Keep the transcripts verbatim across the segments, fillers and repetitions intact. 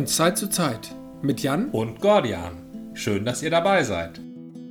Zeit zu Zeit mit Jan und Gordian. Schön, dass ihr dabei seid.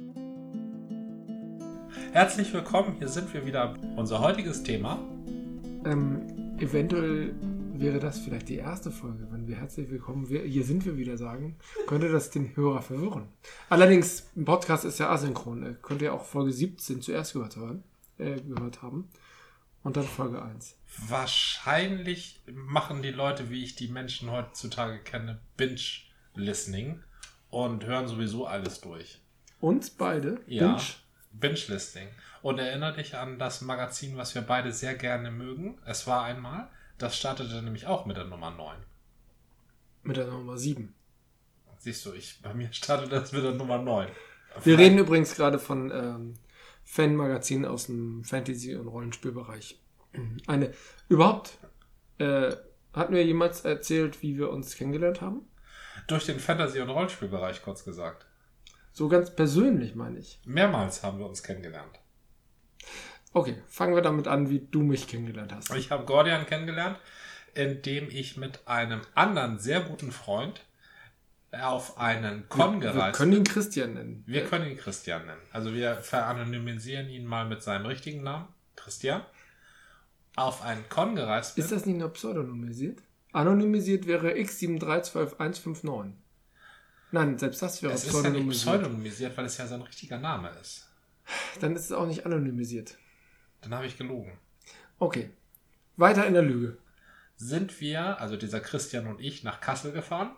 Herzlich willkommen, hier sind wir wieder. Unser heutiges Thema. Ähm, eventuell wäre das vielleicht die erste Folge, wenn wir herzlich willkommen, wir, hier sind wir wieder sagen, könnte das den Hörer verwirren. Allerdings, ein Podcast ist ja asynchron. Könnt ihr auch Folge siebzehn zuerst gehört, hören, äh, gehört haben und dann Folge eins. Wahrscheinlich machen die Leute, wie ich die Menschen heutzutage kenne, Binge-Listening und hören sowieso alles durch. Uns beide? Ja, Binge? Binge-Listening. Und erinnere dich an das Magazin, was wir beide sehr gerne mögen. Es war einmal, das startete nämlich auch mit der Nummer neun. Mit der Nummer sieben. Siehst du, ich, bei mir startet das mit der Nummer neun. Wir Vielleicht. reden übrigens gerade von ähm, Fan-Magazinen aus dem Fantasy- und Rollenspielbereich. Eine, überhaupt, äh, hatten wir jemals erzählt, wie wir uns kennengelernt haben? Durch den Fantasy- und Rollenspielbereich, kurz gesagt. So ganz persönlich, meine ich. Mehrmals haben wir uns kennengelernt. Okay, fangen wir damit an, wie du mich kennengelernt hast. Ich habe Gordian kennengelernt, indem ich mit einem anderen sehr guten Freund auf einen Con gereist bin. Wir können ihn Christian nennen. Wir können ihn Christian nennen. Also wir veranonymisieren ihn mal mit seinem richtigen Namen, Christian. Auf einen Con gereist bin. Ist das nicht nur pseudonymisiert? Anonymisiert wäre X sieben drei eins zwei eins fünf neun. Nein, selbst das wäre es pseudonymisiert. Es ist ja nicht pseudonymisiert, weil es ja sein richtiger Name ist. Dann ist es auch nicht anonymisiert. Dann habe ich gelogen. Okay. Weiter in der Lüge. Sind wir, also dieser Christian und ich, nach Kassel gefahren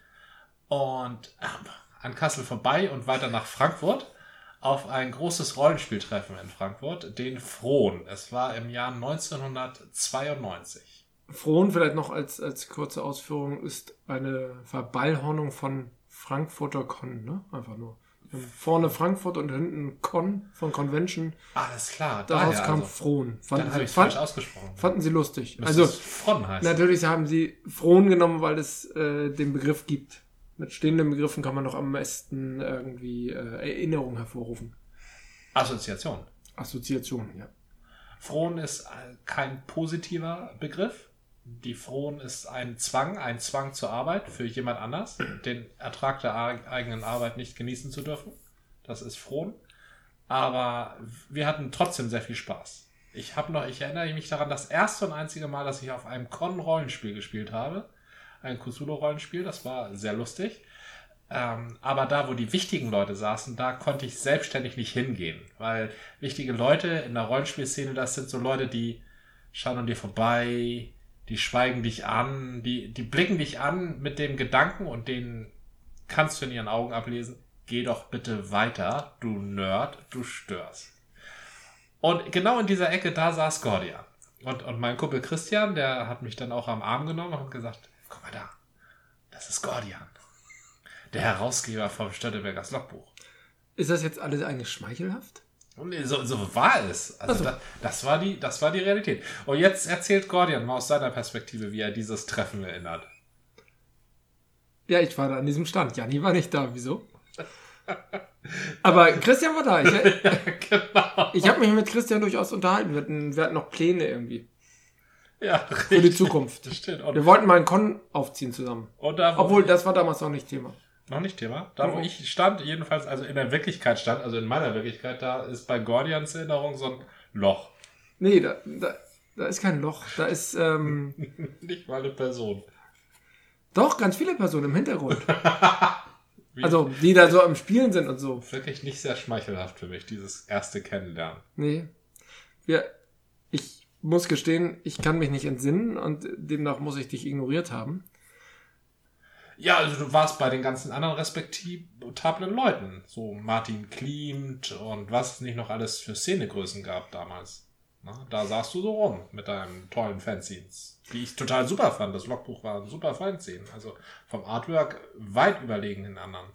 und äh, an Kassel vorbei und weiter nach Frankfurt auf ein großes Rollenspieltreffen in Frankfurt, den Frohn. Es war im Jahr neunzehnhundertzweiundneunzig. Frohn, vielleicht noch als, als kurze Ausführung, ist eine Verballhornung von Frankfurter Con, ne? Einfach nur. Vorne Frankfurt und hinten Con von Convention. Alles klar. Daraus daher kam also. Frohn. Fanden Dann habe ich falsch ausgesprochen. Fanden sie lustig. Müsste also es Fron heißen. Natürlich haben sie Frohn genommen, weil es äh, den Begriff gibt. Mit stehenden Begriffen kann man doch am besten irgendwie äh, Erinnerung hervorrufen. Assoziation. Assoziation, ja. Frohn ist kein positiver Begriff. Die Frohn ist ein Zwang, ein Zwang zur Arbeit für jemand anders, den Ertrag der eigenen Arbeit nicht genießen zu dürfen. Das ist Frohn. Aber wir hatten trotzdem sehr viel Spaß. Ich habe noch, ich erinnere mich daran, das erste und einzige Mal, dass ich auf einem Con-Rollenspiel gespielt habe. Ein Cthulhu-Rollenspiel, das war sehr lustig. Ähm, aber da, wo die wichtigen Leute saßen, da konnte ich selbstständig nicht hingehen. Weil wichtige Leute in der Rollenspielszene, das sind so Leute, die schauen an dir vorbei, die schweigen dich an, die, die blicken dich an mit dem Gedanken und den kannst du in ihren Augen ablesen, geh doch bitte weiter, du Nerd, du störst. Und genau in dieser Ecke, da saß Gordian. Und, und mein Kumpel Christian, der hat mich dann auch am Arm genommen und gesagt, guck mal da, das ist Gordian. Der Herausgeber vom Störtebergers Logbuch. Ist das jetzt alles eigentlich schmeichelhaft? Nee, so, so war es. Also so. das, das, war die, das war die Realität. Und jetzt erzählt Gordian mal aus seiner Perspektive, wie er dieses Treffen erinnert. Ja, ich war da an diesem Stand. Janni war nicht da. Wieso? Aber Christian war da. Ich, ja, genau. Ich habe mich mit Christian durchaus unterhalten. Wir hatten, wir hatten noch Pläne irgendwie. Ja, für die Zukunft. Das stimmt. Wir wollten mal einen Con aufziehen zusammen. Und da, Obwohl, das war damals noch nicht Thema. Noch nicht Thema? Da, wo ich stand, jedenfalls, also in der Wirklichkeit stand, also in meiner Wirklichkeit, da ist bei Gordians Erinnerung so ein Loch. Nee, da, da, da ist kein Loch. Da ist, ähm... nicht mal eine Person. Doch, ganz viele Personen im Hintergrund. Also, die da so am Spielen sind und so. Wirklich nicht sehr schmeichelhaft für mich, dieses erste Kennenlernen. Nee. Wir, ich muss gestehen, ich kann mich nicht entsinnen und demnach muss ich dich ignoriert haben. Ja, also du warst bei den ganzen anderen respektablen Leuten. So Martin Klimt und was es nicht noch alles für Szenegrößen gab damals. Na, da saßt du so rum mit deinen tollen Fanzines, die ich total super fand. Das Logbuch war ein super Fanzine. Also vom Artwork weit überlegen den anderen.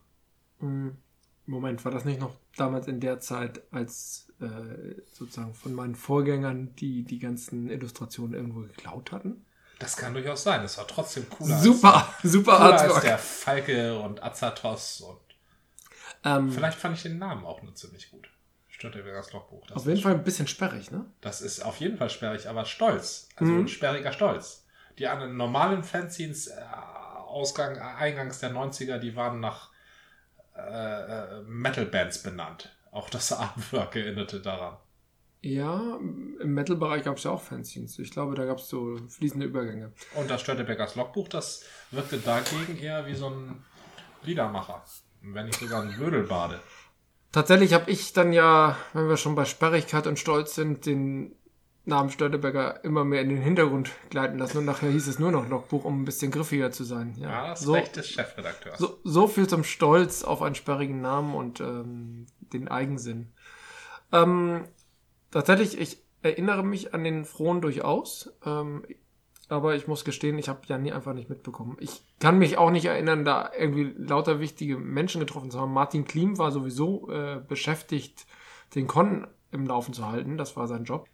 Moment, war das nicht noch damals in der Zeit, als äh, sozusagen von meinen Vorgängern die die ganzen Illustrationen irgendwo geklaut hatten? Das kann durchaus sein. Das war trotzdem cooler. Super, als, super cooler Artwork. als der Falke und Azatos. Und ähm, vielleicht fand ich den Namen auch nur ziemlich gut. Störtebergers Logbuch. Auf jeden Fall ein bisschen sperrig, ne? Das ist auf jeden Fall sperrig, aber stolz. Also mhm. ein sperriger Stolz. Die anderen normalen Fanzines äh, Ausgang, eingangs der neunziger, die waren nach äh, Metal-Bands benannt. Auch das Artwork erinnerte daran. Ja, im Metal-Bereich gab es ja auch Fanzines. Ich glaube, da gab es so fließende Übergänge. Und das Störtebeckers Logbuch, das wirkte dagegen eher wie so ein Liedermacher. Wenn nicht sogar ein Wödelbade. Tatsächlich habe ich dann ja, wenn wir schon bei Sperrigkeit und Stolz sind, den Namen Störtebecker immer mehr in den Hintergrund gleiten lassen. Und nachher hieß es nur noch Logbuch, um ein bisschen griffiger zu sein. Ja, ja das so, Recht des Chefredakteurs. So, so viel zum Stolz auf einen sperrigen Namen und ähm, den Eigensinn. Ähm, tatsächlich, ich erinnere mich an den Frohn durchaus. Ähm, aber ich muss gestehen, ich habe ja nie einfach nicht mitbekommen. Ich kann mich auch nicht erinnern, da irgendwie lauter wichtige Menschen getroffen zu haben. Martin Klim war sowieso äh, beschäftigt, den Con im Laufen zu halten. Das war sein Job.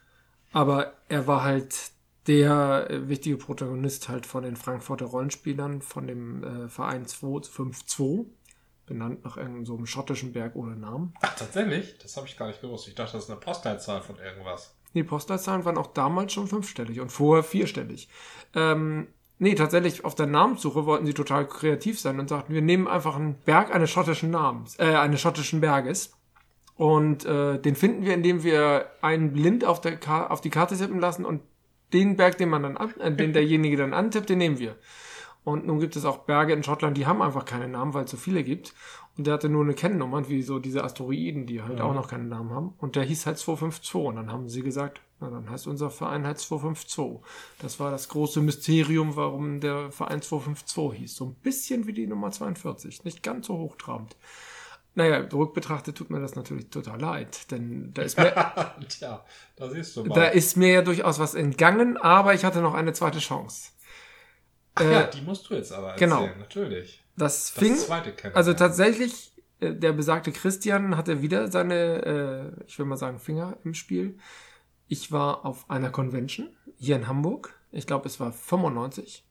Aber er war halt der äh, wichtige Protagonist halt von den Frankfurter Rollenspielern, von dem äh, Verein zwei fünf zwei, benannt nach irgendeinem so einem schottischen Berg ohne Namen. Ach, tatsächlich? Das habe ich gar nicht gewusst. Ich dachte, das ist eine Postleitzahl von irgendwas. Die Postleitzahlen waren auch damals schon fünfstellig und vorher vierstellig. Ähm, nee, tatsächlich auf der Namenssuche wollten sie total kreativ sein und sagten, wir nehmen einfach einen Berg eines schottischen Namens, äh, eines schottischen Berges und äh, den finden wir, indem wir einen blind auf, der Ka- auf die Karte tippen lassen und den Berg, den man dann an, äh, den derjenige dann antippt, den nehmen wir. Und nun gibt es auch Berge in Schottland, die haben einfach keine Namen, weil es so viele gibt. Und der hatte nur eine Kennnummer, wie so diese Asteroiden, die halt ja. auch noch keinen Namen haben. Und der hieß halt zwei fünf zwei. Und dann haben sie gesagt, na, dann heißt unser Verein halt zwei fünf zwei. Das war das große Mysterium, warum der Verein zwei fünf zwei hieß. So ein bisschen wie die Nummer zweiundvierzig. Nicht ganz so hochtrabend. Naja, rückbetrachtet tut mir das natürlich total leid. Denn da ist mir, Tja, da siehst du mal. Da ist mir ja durchaus was entgangen, aber ich hatte noch eine zweite Chance. Ach ja, die musst du jetzt aber erzählen, genau. Natürlich. Das, das fing, zweite also tatsächlich, äh, der besagte Christian hatte wieder seine, äh, ich will mal sagen, Finger im Spiel. Ich war auf einer Convention hier in Hamburg. Ich glaube, es war fünfundneunzig.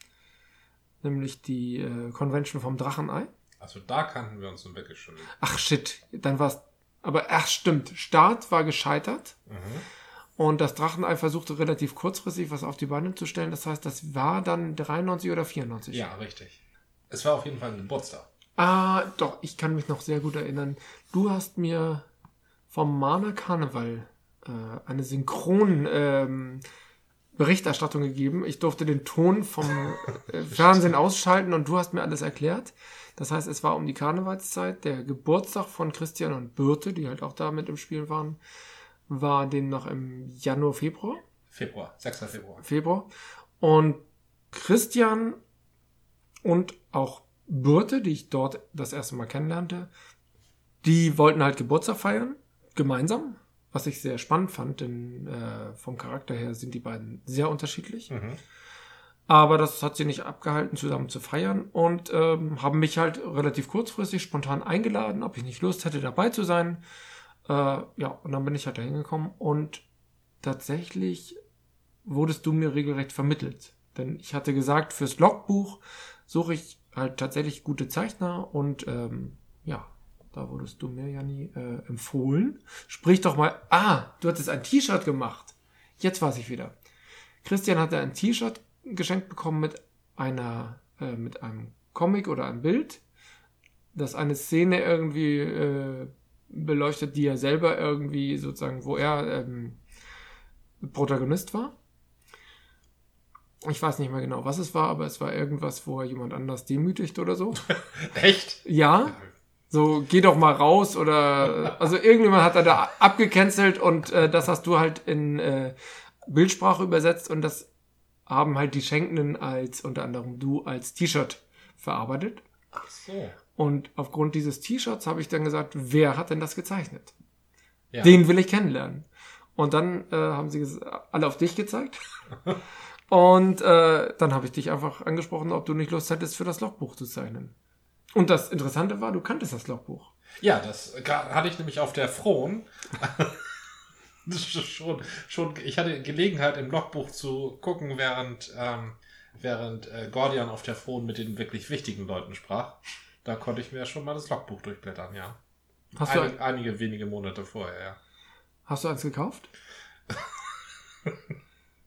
Nämlich die äh, Convention vom Drachenei. Also da kannten wir uns nun wirklich schon. Ach shit, dann war es, aber ach stimmt, Start war gescheitert. Mhm. Und das Drachenei versuchte relativ kurzfristig was auf die Beine zu stellen. Das heißt, das war dann dreiundneunzig oder vierundneunzig. Ja, richtig. Es war auf jeden Fall ein Geburtstag. Ah, doch, ich kann mich noch sehr gut erinnern. Du hast mir vom Mahner Karneval äh, eine synchron ähm, Berichterstattung gegeben. Ich durfte den Ton vom äh, Fernsehen ausschalten und du hast mir alles erklärt. Das heißt, es war um die Karnevalszeit. Der Geburtstag von Christian und Birte, die halt auch da mit im Spiel waren, war demnach im Januar, Februar. Februar, sechster Februar. Februar. Und Christian und auch Birte, die ich dort das erste Mal kennenlernte, die wollten halt Geburtstag feiern, gemeinsam, was ich sehr spannend fand, denn äh, vom Charakter her sind die beiden sehr unterschiedlich. Mhm. Aber das hat sie nicht abgehalten, zusammen zu feiern und ähm, haben mich halt relativ kurzfristig spontan eingeladen, ob ich nicht Lust hätte, dabei zu sein. Äh, ja, und dann bin ich halt da hingekommen und tatsächlich wurdest du mir regelrecht vermittelt. Denn ich hatte gesagt, fürs Logbuch suche ich halt tatsächlich gute Zeichner und ähm, ja, da wurdest du mir ja nie äh, empfohlen. Sprich doch mal, ah, du hattest ein T-Shirt gemacht. Jetzt weiß ich wieder. Christian hatte ein T-Shirt geschenkt bekommen mit einer, äh, mit einem Comic oder einem Bild, das eine Szene irgendwie äh, beleuchtet, die er selber irgendwie sozusagen, wo er ähm, Protagonist war. Ich weiß nicht mehr genau, was es war, aber es war irgendwas, wo er jemand anders demütigt oder so. Echt? Ja. So, geh doch mal raus oder, also irgendjemand hat er da abgecancelt und äh, das hast du halt in äh, Bildsprache übersetzt und das haben halt die Schenkenden als, unter anderem du, als T-Shirt verarbeitet. Ach so. Und aufgrund dieses T-Shirts habe ich dann gesagt, wer hat denn das gezeichnet? Ja. Den will ich kennenlernen. Und dann äh, haben sie ges- alle auf dich gezeigt. Und äh, dann habe ich dich einfach angesprochen, ob du nicht Lust hättest, für das Logbuch zu zeichnen. Und das Interessante war, du kanntest das Logbuch. Ja, das hatte ich nämlich auf der Frohn. schon, schon, ich hatte Gelegenheit, im Logbuch zu gucken, während, ähm, während äh, Gordian auf der Frohn mit den wirklich wichtigen Leuten sprach. Da konnte ich mir ja schon mal das Logbuch durchblättern, ja. Hast Einig, du, einige wenige Monate vorher, ja. Hast du eins gekauft? Ich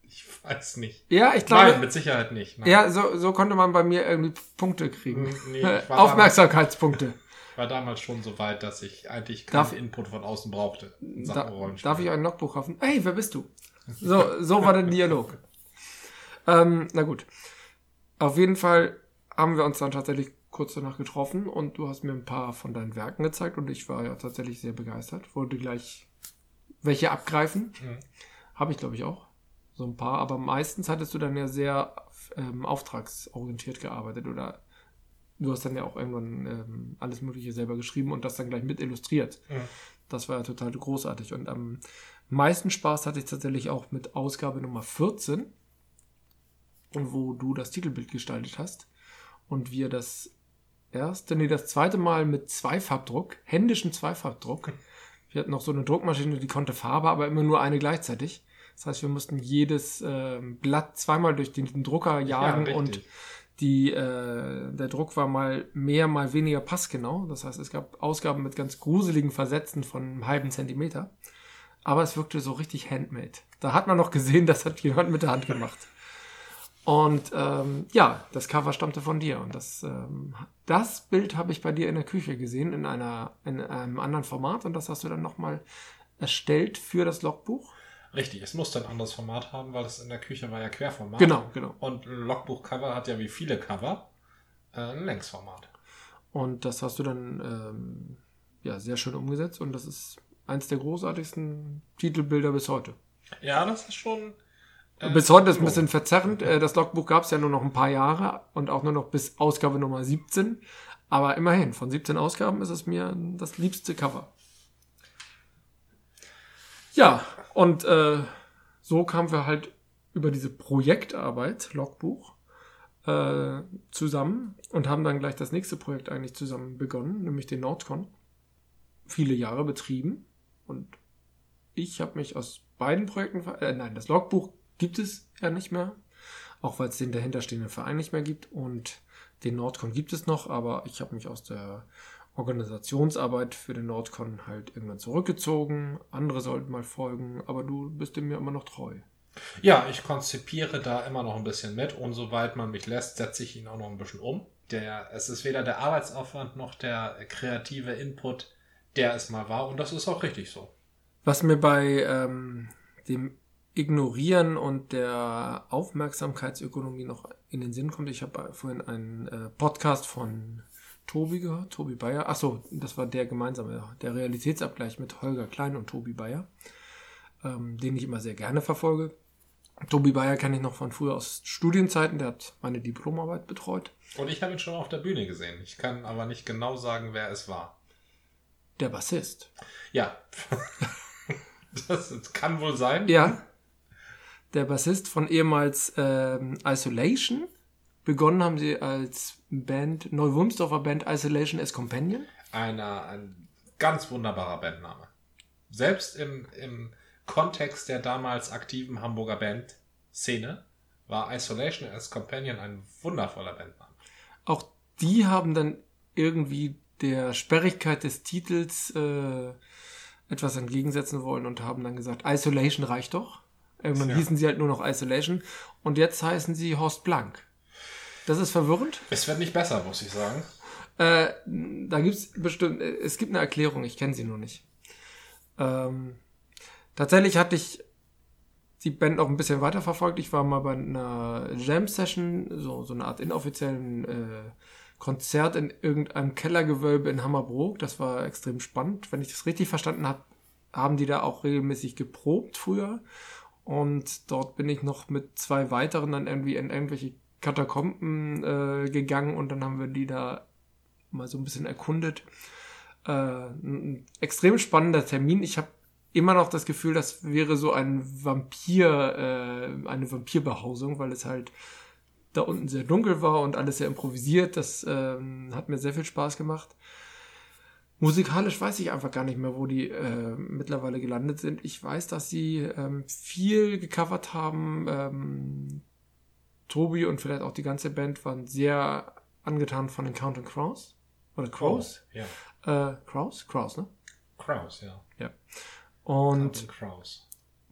weiß nicht. Ja, ich glaube... Nein, mit Sicherheit nicht. Nein. Ja, so, so konnte man bei mir irgendwie Punkte kriegen. Nee, ich war Aufmerksamkeitspunkte. Damals, ich war damals schon so weit, dass ich eigentlich darf, keinen Input von außen brauchte. In da, darf ich ein Logbuch kaufen? Hey, wer bist du? So, so war der Dialog. ähm, na gut. Auf jeden Fall haben wir uns dann tatsächlich kurz danach getroffen und du hast mir ein paar von deinen Werken gezeigt und ich war ja tatsächlich sehr begeistert. Wollte gleich welche abgreifen. Mhm. Habe ich, glaube ich, auch. So ein paar. Aber meistens hattest du dann ja sehr ähm, auftragsorientiert gearbeitet oder du hast dann ja auch irgendwann ähm, alles Mögliche selber geschrieben und das dann gleich mit illustriert. Mhm. Das war ja total großartig. Und am meisten Spaß hatte ich tatsächlich auch mit Ausgabe Nummer vierzehn, wo du das Titelbild gestaltet hast und wir das erste, nee, das zweite Mal mit Zweifarbdruck, händischen Zweifarbdruck. Wir hatten noch so eine Druckmaschine, die konnte Farbe, aber immer nur eine gleichzeitig. Das heißt, wir mussten jedes äh, Blatt zweimal durch den Drucker jagen ja, und die, äh, der Druck war mal mehr, mal weniger passgenau. Das heißt, es gab Ausgaben mit ganz gruseligen Versätzen von einem halben Zentimeter. Aber es wirkte so richtig handmade. Da hat man noch gesehen, das hat jemand mit der Hand gemacht. Und ähm, ja, das Cover stammte von dir. Und das, ähm, das Bild habe ich bei dir in der Küche gesehen, in, einer, in einem anderen Format. Und das hast du dann nochmal erstellt für das Logbuch. Richtig, es musste ein anderes Format haben, weil es in der Küche war ja Querformat. Genau, genau. Und ein Logbuch-Cover hat ja wie viele Cover äh, ein Längsformat. Und das hast du dann ähm, ja, sehr schön umgesetzt. Und das ist eins der großartigsten Titelbilder bis heute. Ja, das ist schon... Äh, bis heute ist ein bisschen verzerrend. Das Logbuch gab es ja nur noch ein paar Jahre und auch nur noch bis Ausgabe Nummer siebzehn. Aber immerhin, von siebzehn Ausgaben ist es mir das liebste Cover. Ja, und äh, so kamen wir halt über diese Projektarbeit, Logbuch, äh, zusammen und haben dann gleich das nächste Projekt eigentlich zusammen begonnen, nämlich den Nordcon. Viele Jahre betrieben und ich habe mich aus beiden Projekten, äh, nein, das Logbuch gibt es ja nicht mehr, auch weil es den dahinterstehenden Verein nicht mehr gibt und den Nordcon gibt es noch, aber ich habe mich aus der Organisationsarbeit für den Nordcon halt irgendwann zurückgezogen. Andere sollten mal folgen, aber du bist mir immer noch treu. Ja, ich konzipiere da immer noch ein bisschen mit und soweit man mich lässt, setze ich ihn auch noch ein bisschen um. Der, es ist weder der Arbeitsaufwand noch der kreative Input, der es mal war und das ist auch richtig so. Was mir bei ähm, dem Ignorieren und der Aufmerksamkeitsökonomie noch in den Sinn kommt, ich habe vorhin einen äh, Podcast von Tobi gehört, Tobi Bayer. Achso, das war der gemeinsame, der Realitätsabgleich mit Holger Klein und Tobi Bayer, ähm, den ich immer sehr gerne verfolge. Tobi Bayer kenne ich noch von früher aus Studienzeiten, der hat meine Diplomarbeit betreut. Und ich habe ihn schon auf der Bühne gesehen. Ich kann aber nicht genau sagen, wer es war. Der Bassist. Ja, das kann wohl sein. Ja, der Bassist von ehemals ähm, Isolation. Begonnen haben sie als Band, Neu-Wulmsdorfer Band Isolation as Companion. Eine, ein ganz wunderbarer Bandname. Selbst im, im Kontext der damals aktiven Hamburger Band-Szene war Isolation as Companion ein wundervoller Bandname. Auch die haben dann irgendwie der Sperrigkeit des Titels äh, etwas entgegensetzen wollen und haben dann gesagt, Isolation reicht doch. Irgendwann ja. hießen sie halt nur noch Isolation und jetzt heißen sie Horst Blank. Das ist verwirrend. Es wird nicht besser, muss ich sagen. Äh, da gibt's bestimmt, es gibt eine Erklärung, ich kenne sie nur nicht. Ähm, tatsächlich hatte ich die Band auch ein bisschen weiterverfolgt. Ich war mal bei einer Jam-Session, so, so eine Art inoffiziellen äh, Konzert in irgendeinem Kellergewölbe in Hammerbrook. Das war extrem spannend. Wenn ich das richtig verstanden habe, haben die da auch regelmäßig geprobt früher. Und dort bin ich noch mit zwei weiteren dann irgendwie in irgendwelche Katakomben äh, gegangen und dann haben wir die da mal so ein bisschen erkundet. Äh, ein extrem spannender Termin. Ich habe immer noch das Gefühl, das wäre so ein Vampir, äh, eine Vampirbehausung, weil es halt da unten sehr dunkel war und alles sehr improvisiert. Das äh, hat mir sehr viel Spaß gemacht. Musikalisch weiß ich einfach gar nicht mehr, wo die äh, mittlerweile gelandet sind. Ich weiß, dass sie ähm, viel gecovert haben. Ähm, Tobi und vielleicht auch die ganze Band waren sehr angetan von den Counting Crows. Oder Crows? Oh, ja. Äh, Crows? Crows, ne? Crows, ja. Ja. Und Counting Crows.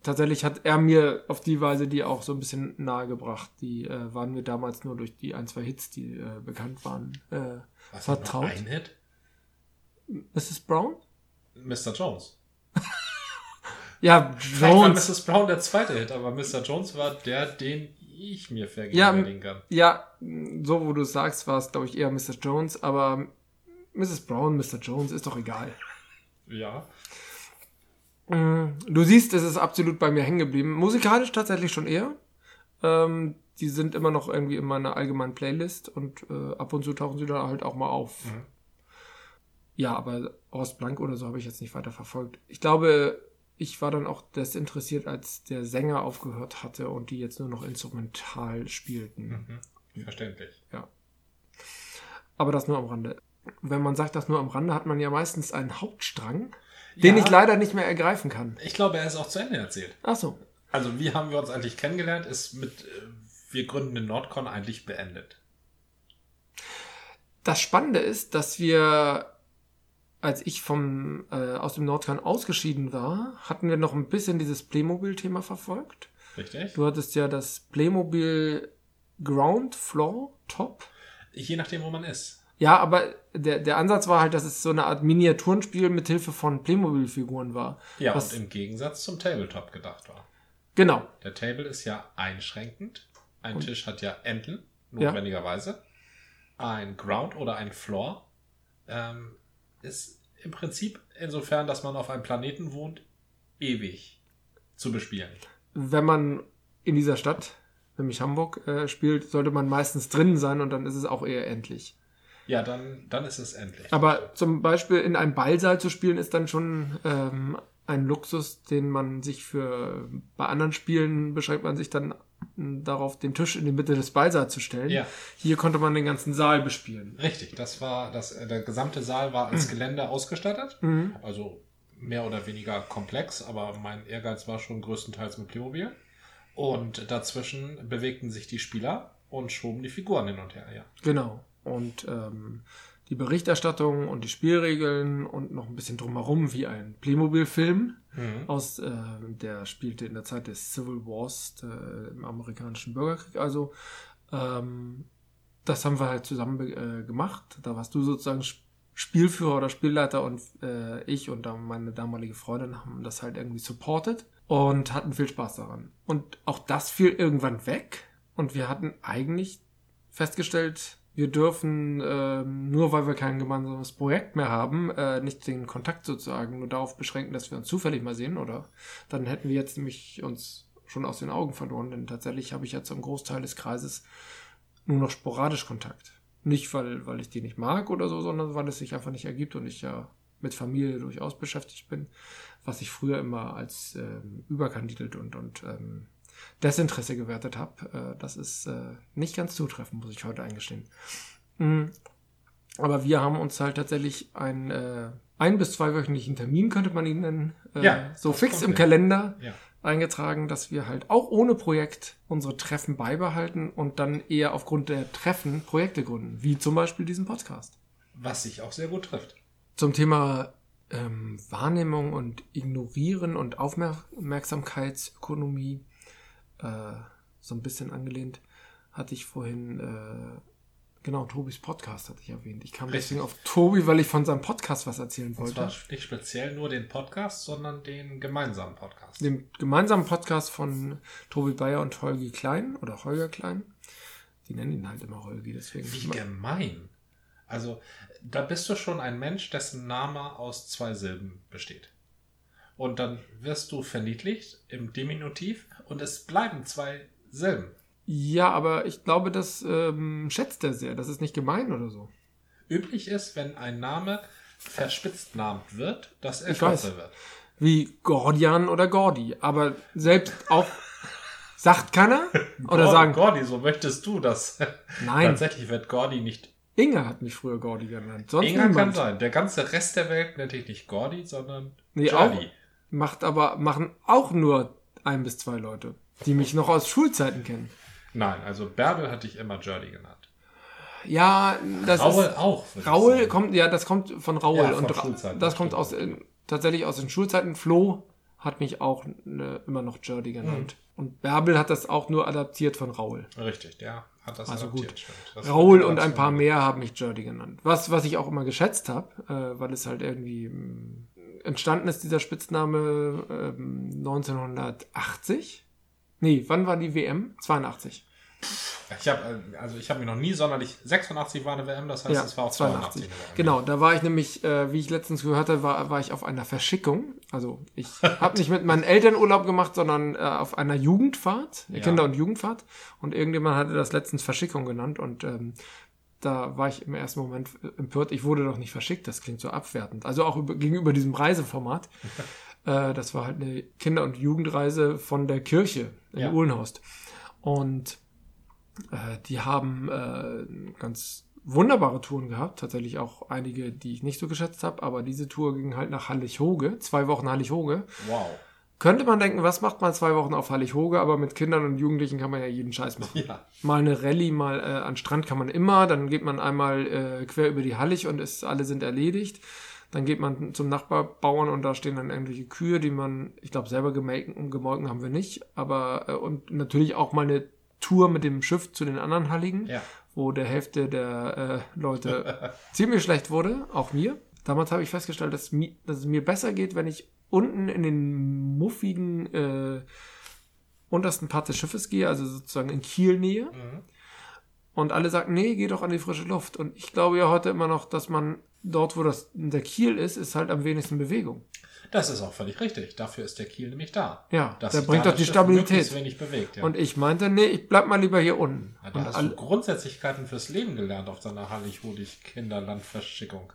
tatsächlich hat er mir auf die Weise die auch so ein bisschen nahegebracht. Die äh, waren mir damals nur durch die ein, zwei Hits, die äh, bekannt waren, äh, Was, vertraut. noch ein Hit? Misses Brown? Mister Jones. Ja, Vielleicht war Jones. Misses Brown der zweite Hit, aber Mister Jones war der, den ich mir vergegenwärtigen kann. Ja, so wo du es sagst, war es, glaube ich, eher Mister Jones, aber Misses Brown, Mister Jones, ist doch egal. Ja. Du siehst, es ist absolut bei mir hängen geblieben. Musikalisch tatsächlich schon eher. Ähm, die sind immer noch irgendwie in meiner allgemeinen Playlist und äh, ab und zu tauchen sie da halt auch mal auf. Mhm. Ja, aber Horst Blank oder so habe ich jetzt nicht weiter verfolgt. Ich glaube, ich war dann auch desinteressiert, als der Sänger aufgehört hatte und die jetzt nur noch instrumental spielten. Mhm. Verständlich. Ja. Aber das nur am Rande. Wenn man sagt, das nur am Rande, hat man ja meistens einen Hauptstrang, den Ja. ich leider nicht mehr ergreifen kann. Ich glaube, er ist auch zu Ende erzählt. Ach so. Also, wie haben wir uns eigentlich kennengelernt, ist mit äh, wir gründen den Nordcon eigentlich beendet. Das Spannende ist, dass wir, als ich vom äh, aus dem Nordcon ausgeschieden war, hatten wir noch ein bisschen dieses Playmobil-Thema verfolgt. Richtig? Du hattest ja das Playmobil Ground Floor Top. Je nachdem, wo man ist. Ja, aber der, der Ansatz war halt, dass es so eine Art Miniaturenspiel mit Hilfe von Playmobil-Figuren war. Ja, Was- und im Gegensatz zum Tabletop gedacht war. Genau. Der Table ist ja einschränkend. Ein Tisch hat ja Enden, Ja. notwendigerweise. Ein Ground oder ein Floor ähm, ist im Prinzip insofern, dass man auf einem Planeten wohnt, ewig zu bespielen. Wenn man in dieser Stadt, nämlich Hamburg, äh, spielt, sollte man meistens drinnen sein und dann ist es auch eher endlich. Ja, dann, dann ist es endlich. Aber zum Beispiel in einem Ballsaal zu spielen, ist dann schon ähm, ein Luxus, den man sich für, bei anderen Spielen beschränkt man sich dann m, darauf, den Tisch in die Mitte des Ballsaals zu stellen. Ja. Hier konnte man den ganzen Saal bespielen. Richtig, das war, das, äh, der gesamte Saal war als Gelände ausgestattet. Mhm. Also mehr oder weniger komplex, aber mein Ehrgeiz war schon größtenteils mit Playmobil. Und dazwischen bewegten sich die Spieler und schoben die Figuren hin und her, ja. Genau. Und ähm, die Berichterstattung und die Spielregeln und noch ein bisschen drumherum wie ein Playmobil-Film Mhm. aus, äh, der spielte in der Zeit des Civil Wars, äh, im amerikanischen Bürgerkrieg. Also ähm, das haben wir halt zusammen äh, gemacht. Da warst du sozusagen Sp- Spielführer oder Spielleiter und äh, ich und dann meine damalige Freundin haben das halt irgendwie supportet und hatten viel Spaß daran. Und auch das fiel irgendwann weg und wir hatten eigentlich festgestellt, wir dürfen, ähm, nur weil wir kein gemeinsames Projekt mehr haben, äh, nicht den Kontakt sozusagen nur darauf beschränken, dass wir uns zufällig mal sehen, oder? Dann hätten wir jetzt nämlich uns schon aus den Augen verloren, denn tatsächlich habe ich ja zum Großteil des Kreises nur noch sporadisch Kontakt. Nicht, weil, weil ich die nicht mag oder so, sondern weil es sich einfach nicht ergibt und ich ja mit Familie durchaus beschäftigt bin, was ich früher immer als ähm, überkandidelt und, und ähm, Desinteresse gewertet habe. Äh, das ist äh, nicht ganz zutreffend, muss ich heute eingestehen. Mhm. Aber wir haben uns halt tatsächlich einen äh, ein- bis zweiwöchentlichen Termin, könnte man ihn nennen, äh, Ja, so das fix kommt im hin. Kalender Ja. eingetragen, dass wir halt auch ohne Projekt unsere Treffen beibehalten und dann eher aufgrund der Treffen Projekte gründen, wie zum Beispiel diesen Podcast. Was sich auch sehr gut trifft. Zum Thema ähm, Wahrnehmung und Ignorieren und Aufmerksamkeitsökonomie, äh, so ein bisschen angelehnt, hatte ich vorhin, äh, genau, Tobis Podcast hatte ich erwähnt. Ich kam Richtig. deswegen auf Tobi, weil ich von seinem Podcast was erzählen Und wollte. zwar nicht speziell nur den Podcast, sondern den gemeinsamen Podcast. Dem gemeinsamen Podcast von Tobi Bayer und Holgi Klein oder Holger Klein. Die nennen ihn halt immer Holgi, deswegen. Wie gemein. Also, da bist du schon ein Mensch, dessen Name aus zwei Silben besteht. Und dann wirst du verniedlicht im Diminutiv und es bleiben zwei Silben. Ja, aber ich glaube, das ähm, schätzt er sehr. Das ist nicht gemein oder so. Üblich ist, wenn ein Name verspitzt namt wird, dass er Ich weiß. kürzer wird. Wie Gordian oder Gordi. Aber selbst auch sagt keiner? Oder Gor- sagen, Gordi, so möchtest du das. nein, Tatsächlich wird Gordi nicht. Inge hat mich früher Gordi genannt. Sonst Inga kann niemand. sein. Der ganze Rest der Welt nennt dich nicht Gordi, sondern Nee, Jordi. Macht aber, machen auch nur ein bis zwei Leute, die mich noch aus Schulzeiten kennen. Nein, also Bärbel hat dich immer Jordi genannt. Ja, das Raul ist... auch. würde ich Raul sagen. kommt, ja, das kommt von Raul. Ja, von und Ra- Schulzeiten, das das kommt stimmt. aus, äh, tatsächlich aus den Schulzeiten. Flo hat mich auch äh, immer noch Jordi genannt. Mhm. Und Bärbel hat das auch nur adaptiert von Raul. Richtig, der hat das also adaptiert. Gut. Das Raul und ein paar mehr haben mich Jordi genannt. Was, was ich auch immer geschätzt habe, äh, weil es halt irgendwie äh, entstanden ist, dieser Spitzname äh, neunzehnhundertachtzig. Nee, wann war die W M? zweiundachtzig. Ich habe also ich habe mir noch nie sonderlich... sechsundachtzig war eine W M, das heißt, ja, es war auch zweiundachtzig. Genau, da war ich nämlich, äh, wie ich letztens gehört habe, war, war ich auf einer Verschickung. Also ich habe nicht mit meinen Eltern Urlaub gemacht, sondern äh, auf einer Jugendfahrt, ja. Kinder- und Jugendfahrt. Und irgendjemand hatte das letztens Verschickung genannt. Und ähm, da war ich im ersten Moment empört. Ich wurde doch nicht verschickt, das klingt so abwertend. Also auch über, gegenüber diesem Reiseformat. äh, das war halt eine Kinder- und Jugendreise von der Kirche in ja. Uhlenhorst. Und äh, die haben äh, ganz wunderbare Touren gehabt. Tatsächlich auch einige, die ich nicht so geschätzt habe. Aber diese Tour ging halt nach Hallig-Hoge. Zwei Wochen Hallig-Hoge. Wow. Könnte man denken, was macht man zwei Wochen auf Hallig-Hoge? Aber mit Kindern und Jugendlichen kann man ja jeden Scheiß machen. Ja. Mal eine Rallye, mal äh, an Strand kann man immer. Dann geht man einmal äh, quer über die Hallig und ist, alle sind erledigt. Dann geht man zum Nachbarbauern und da stehen dann irgendwelche Kühe, die man, ich glaube, selber gemolken, gemolken haben wir nicht. Aber äh, und natürlich auch mal eine Tour mit dem Schiff zu den anderen Halligen, ja. wo der Hälfte der äh, Leute ziemlich schlecht wurde, auch mir. Damals habe ich festgestellt, dass, mi- dass es mir besser geht, wenn ich unten in den muffigen äh, untersten Part des Schiffes gehe, also sozusagen in Kielnähe. Mhm. Und alle sagen, nee, geh doch an die frische Luft. Und ich glaube ja heute immer noch, dass man dort, wo das der Kiel ist, ist halt am wenigsten Bewegung. Das ist auch völlig richtig. Dafür ist der Kiel nämlich da. Ja, der bringt doch die Stabilität. Wenig bewegt, ja. Und ich meinte, nee, ich bleib mal lieber hier unten. Ja, da und hast all- du Grundsätzlichkeiten fürs Leben gelernt auf deiner Hallig-Hodig-Kinderlandverschickung.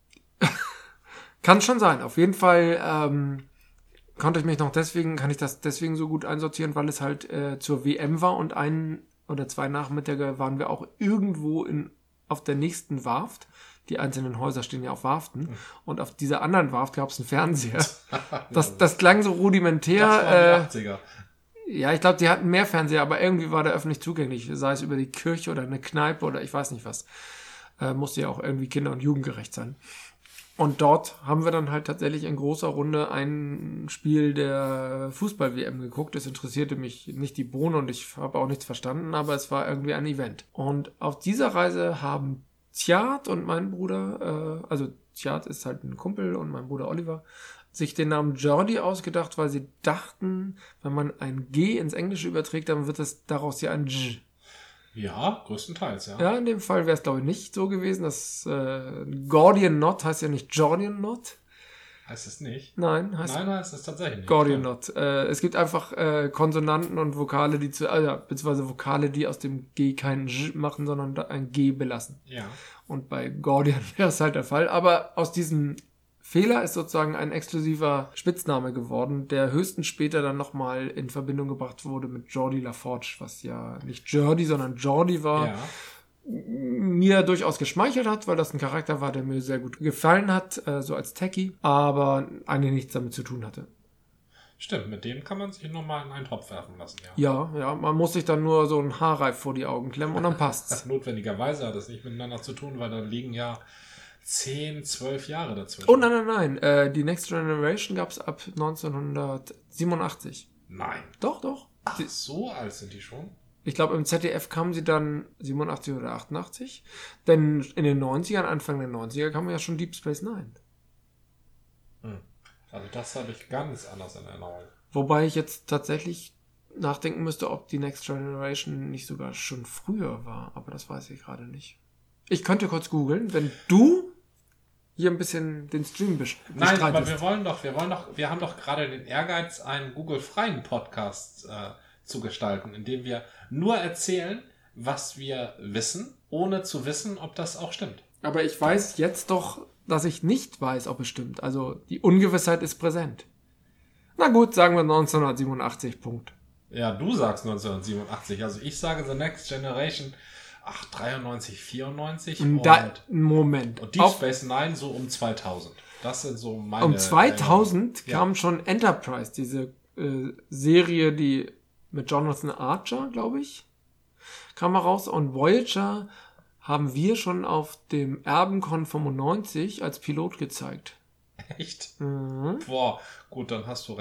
Kann schon sein. Auf jeden Fall ähm, konnte ich mich noch deswegen, kann ich das deswegen so gut einsortieren, weil es halt äh, zur W M war und ein oder zwei Nachmittage waren wir auch irgendwo in auf der nächsten Warft. Die einzelnen Häuser stehen ja auf Warften. Mhm. Und auf dieser anderen Warft gab es einen Fernseher. Das, das klang so rudimentär. Das waren die achtziger. Äh, ja, ich glaube, die hatten mehr Fernseher, aber irgendwie war der öffentlich zugänglich. Sei es über die Kirche oder eine Kneipe oder ich weiß nicht was. Äh, musste ja auch irgendwie kinder- und jugendgerecht sein. Und dort haben wir dann halt tatsächlich in großer Runde ein Spiel der Fußball-W M geguckt. Es interessierte mich nicht die Bohne und ich habe auch nichts verstanden, aber es war irgendwie ein Event. Und auf dieser Reise haben Tjad und mein Bruder, äh, also Tjad ist halt ein Kumpel und mein Bruder Oliver, sich den Namen Jordi ausgedacht, weil sie dachten, wenn man ein G ins Englische überträgt, dann wird es daraus ja ein J. Ja, größtenteils, ja. Ja, in dem Fall wäre es, glaube ich, nicht so gewesen. Das äh, Gordian Knot heißt ja nicht Jordian Knot. Heißt es nicht? Nein, heißt Nein, heißt es tatsächlich nicht. Gordian Knot. Äh, es gibt einfach äh, Konsonanten und Vokale, die zu, äh, ja, beziehungsweise Vokale, die aus dem G kein J machen, sondern ein G belassen. Ja. Und bei Gordian wäre es halt der Fall. Aber aus diesem Fehler ist sozusagen ein exklusiver Spitzname geworden, der höchstens später dann nochmal in Verbindung gebracht wurde mit Geordie LaForge, was ja nicht Jordi, sondern Jordi war. Ja. Mir durchaus geschmeichelt hat, weil das ein Charakter war, der mir sehr gut gefallen hat, äh, so als Techie, aber eigentlich nichts damit zu tun hatte. Stimmt, mit dem kann man sich nochmal in einen Topf werfen lassen, ja. Ja, ja, man muss sich dann nur so ein Haarreif vor die Augen klemmen und dann passt's. Notwendigerweise hat das nicht miteinander zu tun, weil da liegen ja zehn, zwölf Jahre dazwischen. Oh nein, nein, nein, äh, die Next Generation gab's ab neunzehnhundertsiebenundachtzig. Nein. Doch, doch. Ach, so alt sind die schon? Ich glaube, im Z D F kamen sie dann siebenundachtzig oder achtundachtzig. Denn in den neunzigern, Anfang der neunziger, kam ja schon Deep Space Nine. Hm. Also das habe ich ganz anders in Erinnerung. Wobei ich jetzt tatsächlich nachdenken müsste, ob die Next Generation nicht sogar schon früher war. Aber das weiß ich gerade nicht. Ich könnte kurz googeln, wenn du hier ein bisschen den Stream bestreitest. Nein, aber wir wollen doch, wir wollen doch, wir haben doch gerade den Ehrgeiz, einen Google-freien Podcast äh, zu gestalten, indem wir nur erzählen, was wir wissen, ohne zu wissen, ob das auch stimmt. Aber ich weiß jetzt doch, dass ich nicht weiß, ob es stimmt. Also die Ungewissheit ist präsent. Na gut, sagen wir neunzehnhundertsiebenundachtzig, Punkt. Ja, du sagst neunzehnhundertsiebenundachtzig. Also ich sage The Next Generation, ach, dreiundneunzig, vierundneunzig. Und, da, Moment. Und Deep Space Nine so um zweitausend. Das sind so meine... Um zweitausend ja. kam schon Enterprise, diese äh, Serie, die mit Jonathan Archer, glaube ich, kam raus. Und Voyager haben wir schon auf dem Erbencon fünfundneunzig als Pilot gezeigt. Echt? Mhm. Boah, gut, dann hast du recht.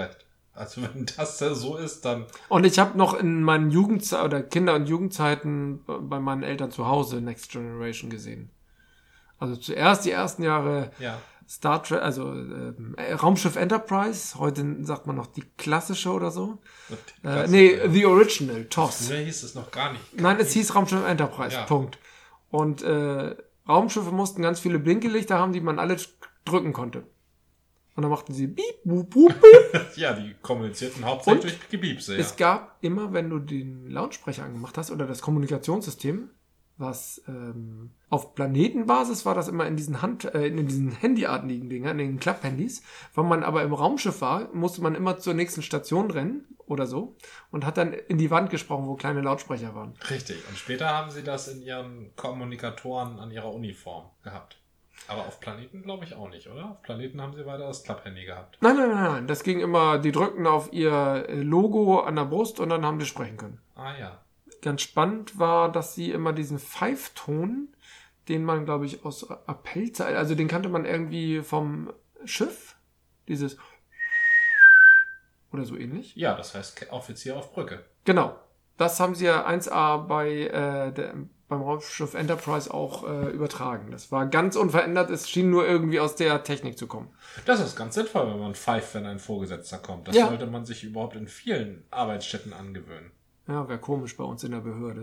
Also wenn das so ist, dann... Und ich habe noch in meinen Jugendzeit oder Kinder- und Jugendzeiten bei meinen Eltern zu Hause Next Generation gesehen. Also zuerst die ersten Jahre Ja. Star Trek, also äh, Raumschiff Enterprise, heute sagt man noch die klassische oder so. Äh, nee, ja. The Original, T O S. Früher hieß es noch gar nicht. Nein, es hieß Raumschiff Enterprise, ja. Punkt. Und äh, Raumschiffe mussten ganz viele Blinkelichter haben, die man alle drücken konnte. Und dann machten sie Beep, Boop, Boop, Beep. Ja, die kommunizierten hauptsächlich durch Gebiepse, ja. Es gab immer, wenn du den Lautsprecher angemacht hast oder das Kommunikationssystem, was ähm, auf Planetenbasis war das immer in diesen Hand, äh, in diesen handyartigen Dingern, in den Klapphandys. Wenn man aber im Raumschiff war, musste man immer zur nächsten Station rennen oder so und hat dann in die Wand gesprochen, wo kleine Lautsprecher waren. Richtig. Und später haben sie das in ihren Kommunikatoren an ihrer Uniform gehabt. Aber auf Planeten glaube ich auch nicht, oder? Auf Planeten haben sie weiter das Klapphandy gehabt. Nein, nein, nein, nein. Das ging immer, die drückten auf ihr Logo an der Brust und dann haben die sprechen können. Ah ja. Ganz spannend war, dass sie immer diesen Pfeifton, den man, glaube ich, aus Appellzeit, also den kannte man irgendwie vom Schiff, dieses oder so ähnlich. Ja, das heißt Offizier auf Brücke. Genau. Das haben sie ja eins A bei äh, der, beim Raumschiff Enterprise auch äh, übertragen. Das war ganz unverändert, es schien nur irgendwie aus der Technik zu kommen. Das ist ganz sinnvoll, wenn man pfeift, wenn ein Vorgesetzter kommt. Das ja. sollte man sich überhaupt in vielen Arbeitsstätten angewöhnen. Ja, wäre komisch bei uns in der Behörde.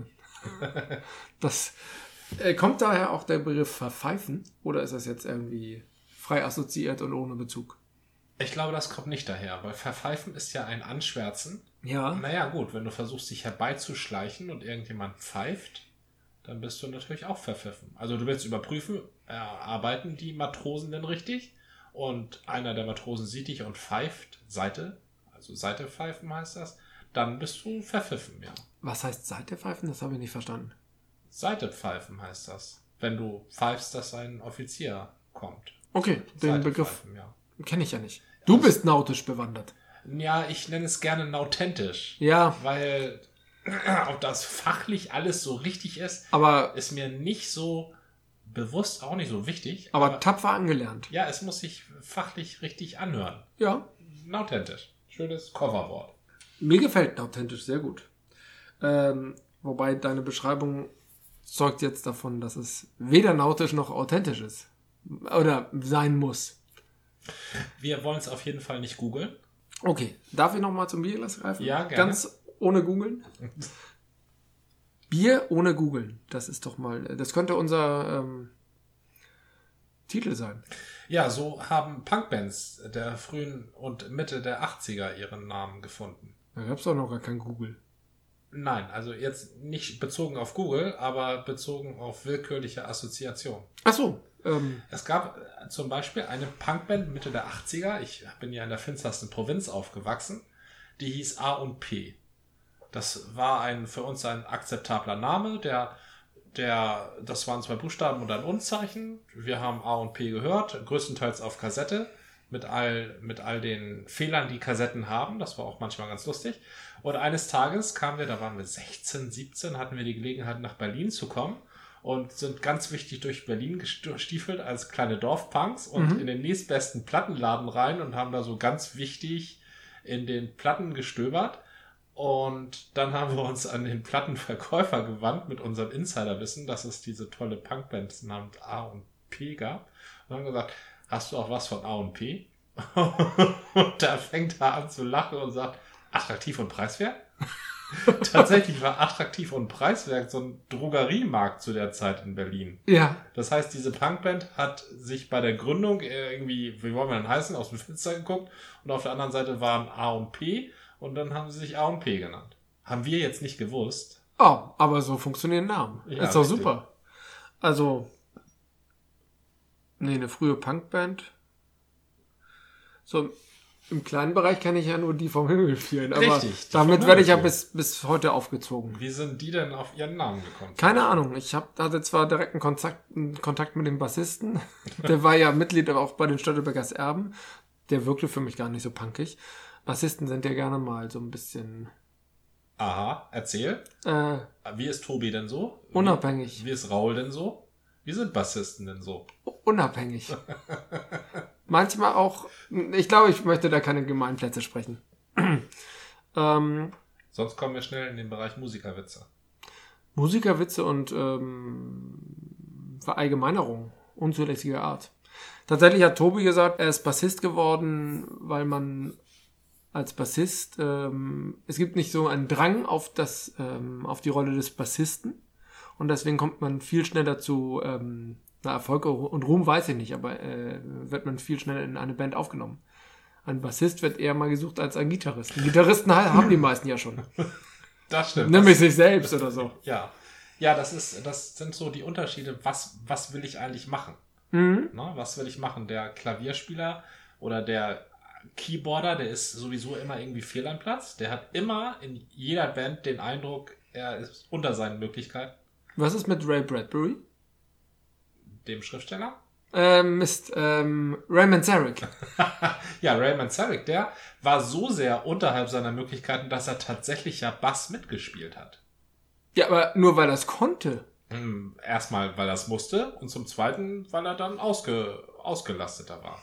Das äh, kommt daher auch der Begriff verpfeifen oder ist das jetzt irgendwie frei assoziiert und ohne Bezug? Ich glaube, das kommt nicht daher, weil verpfeifen ist ja ein Anschwärzen. Ja. Naja, gut, wenn du versuchst, dich herbeizuschleichen und irgendjemand pfeift, dann bist du natürlich auch verpfiffen. Also du willst überprüfen, äh, arbeiten die Matrosen denn richtig? Und einer der Matrosen sieht dich und pfeift, Seite, also Seite pfeifen heißt das, dann bist du verpfiffen, ja. Was heißt Seite pfeifen? Das habe ich nicht verstanden. Seite pfeifen heißt das. Wenn du pfeifst, dass ein Offizier kommt. Okay, den Seite Begriff pfeifen, ja. Kenne ich ja nicht. Du also, bist nautisch bewandert. Ja, ich nenne es gerne nautentisch. Ja. Weil ob das fachlich alles so richtig ist, aber ist mir nicht so bewusst, auch nicht so wichtig. Aber, aber tapfer angelernt. Ja, es muss sich fachlich richtig anhören. Ja. Nautentisch. Schönes Coverwort. Mir gefällt authentisch sehr gut. Ähm, wobei deine Beschreibung zeugt jetzt davon, dass es weder nautisch noch authentisch ist. Oder sein muss. Wir wollen es auf jeden Fall nicht googeln. Okay. Darf ich nochmal zum Bierglas greifen? Ja, gerne. Ganz ohne googeln? Bier ohne googeln. Das ist doch mal... Das könnte unser ähm, Titel sein. Ja, so haben Punkbands der frühen und Mitte der achtziger ihren Namen gefunden. Da gab es doch noch gar kein Google. Nein, also jetzt nicht bezogen auf Google, aber bezogen auf willkürliche Assoziation. Ach so. Ähm. Es gab zum Beispiel eine Punkband Mitte der achtziger, ich bin ja in der finstersten Provinz aufgewachsen, die hieß A und P. Das war ein für uns ein akzeptabler Name, der, der, das waren zwei Buchstaben und ein Unzeichen. Wir haben A und P gehört, größtenteils auf Kassette, mit all, mit all den Fehlern, die Kassetten haben. Das war auch manchmal ganz lustig. Und eines Tages kamen wir, da waren wir sechzehn, siebzehn, hatten wir die Gelegenheit, nach Berlin zu kommen und sind ganz wichtig durch Berlin gestiefelt als kleine Dorfpunks und mhm. in den nächstbesten Plattenladen rein und haben da so ganz wichtig in den Platten gestöbert. Und dann haben wir uns an den Plattenverkäufer gewandt mit unserem Insiderwissen, dass es diese tolle Punkband namens A und P gab. Und haben gesagt, hast du auch was von A und P? Und da fängt er an zu lachen und sagt, attraktiv und preiswert? Tatsächlich war attraktiv und preiswert so ein Drogeriemarkt zu der Zeit in Berlin. Ja. Das heißt, diese Punkband hat sich bei der Gründung irgendwie, wie wollen wir denn heißen, aus dem Fenster geguckt und auf der anderen Seite waren A und P und dann haben sie sich A und P genannt. Haben wir jetzt nicht gewusst. Oh, aber so funktionieren Namen. Ja, ist doch richtig. Super. Also, nee, eine frühe Punkband. So im kleinen Bereich kenne ich ja nur die vom Himmel fielen. Aber Richtig, damit werde ich ja bis, bis heute aufgezogen. Wie sind die denn auf ihren Namen gekommen? Keine Ahnung. Ich hab, hatte zwar direkten Kontakt, Kontakt mit dem Bassisten. Der war ja Mitglied auch bei den Störtebeckers Erben. Der wirkte für mich gar nicht so punkig. Bassisten sind ja gerne mal so ein bisschen... Aha, erzähl. Äh, Wie ist Tobi denn so? Unabhängig. Wie, wie ist Raul denn so? Wie sind Bassisten denn so? Unabhängig. Manchmal auch, ich glaube, ich möchte da keine Gemeinplätze sprechen. Ähm, Sonst kommen wir schnell in den Bereich Musikerwitze. Musikerwitze und ähm, Verallgemeinerung unzulässiger Art. Tatsächlich hat Tobi gesagt, er ist Bassist geworden, weil man als Bassist, ähm, es gibt nicht so einen Drang auf das, ähm, auf die Rolle des Bassisten und deswegen kommt man viel schneller zu, ähm, na, Erfolg und Ruhm weiß ich nicht, aber äh, wird man viel schneller in eine Band aufgenommen. Ein Bassist wird eher mal gesucht als ein Gitarrist. Die Gitarristen haben die meisten ja schon. Das stimmt. Nämlich sich selbst oder so. Ja, ja, das ist, das sind so die Unterschiede. Was, was will ich eigentlich machen? Mhm. Ne? Was will ich machen? Der Klavierspieler oder der Keyboarder, der ist sowieso immer irgendwie fehl am Platz. Der hat immer in jeder Band den Eindruck, er ist unter seinen Möglichkeiten. Was ist mit Ray Bradbury? Dem Schriftsteller? Ähm, Mist, ähm, Ray Manzarek. Ja, Ray Manzarek, der war so sehr unterhalb seiner Möglichkeiten, dass er tatsächlich ja Bass mitgespielt hat. Ja, aber nur weil er es konnte. Hm, Erstmal, weil er es musste und zum Zweiten, weil er dann ausge, ausgelasteter war.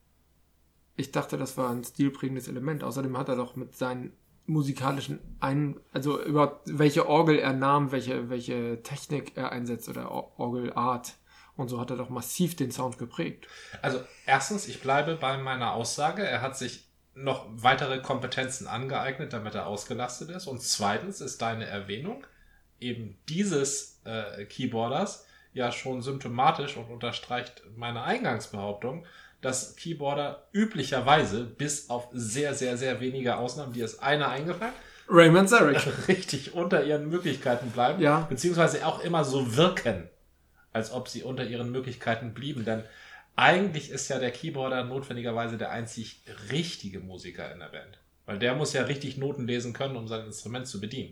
Ich dachte, das war ein stilprägendes Element. Außerdem hat er doch mit seinen musikalischen Ein... Also überhaupt, welche Orgel er nahm, welche, welche Technik er einsetzt oder Or- Orgelart. Und so hat er doch massiv den Sound geprägt. Also erstens, ich bleibe bei meiner Aussage, er hat sich noch weitere Kompetenzen angeeignet, damit er ausgelastet ist. Und zweitens ist deine Erwähnung eben dieses äh, Keyboarders ja schon symptomatisch und unterstreicht meine Eingangsbehauptung, dass Keyboarder üblicherweise, bis auf sehr, sehr, sehr wenige Ausnahmen, die ist einer eingefallen, Ray Manzarek. richtig unter ihren Möglichkeiten bleiben, Ja. beziehungsweise auch immer so wirken, als ob sie unter ihren Möglichkeiten blieben. Denn eigentlich ist ja der Keyboarder notwendigerweise der einzig richtige Musiker in der Band. Weil der muss ja richtig Noten lesen können, um sein Instrument zu bedienen.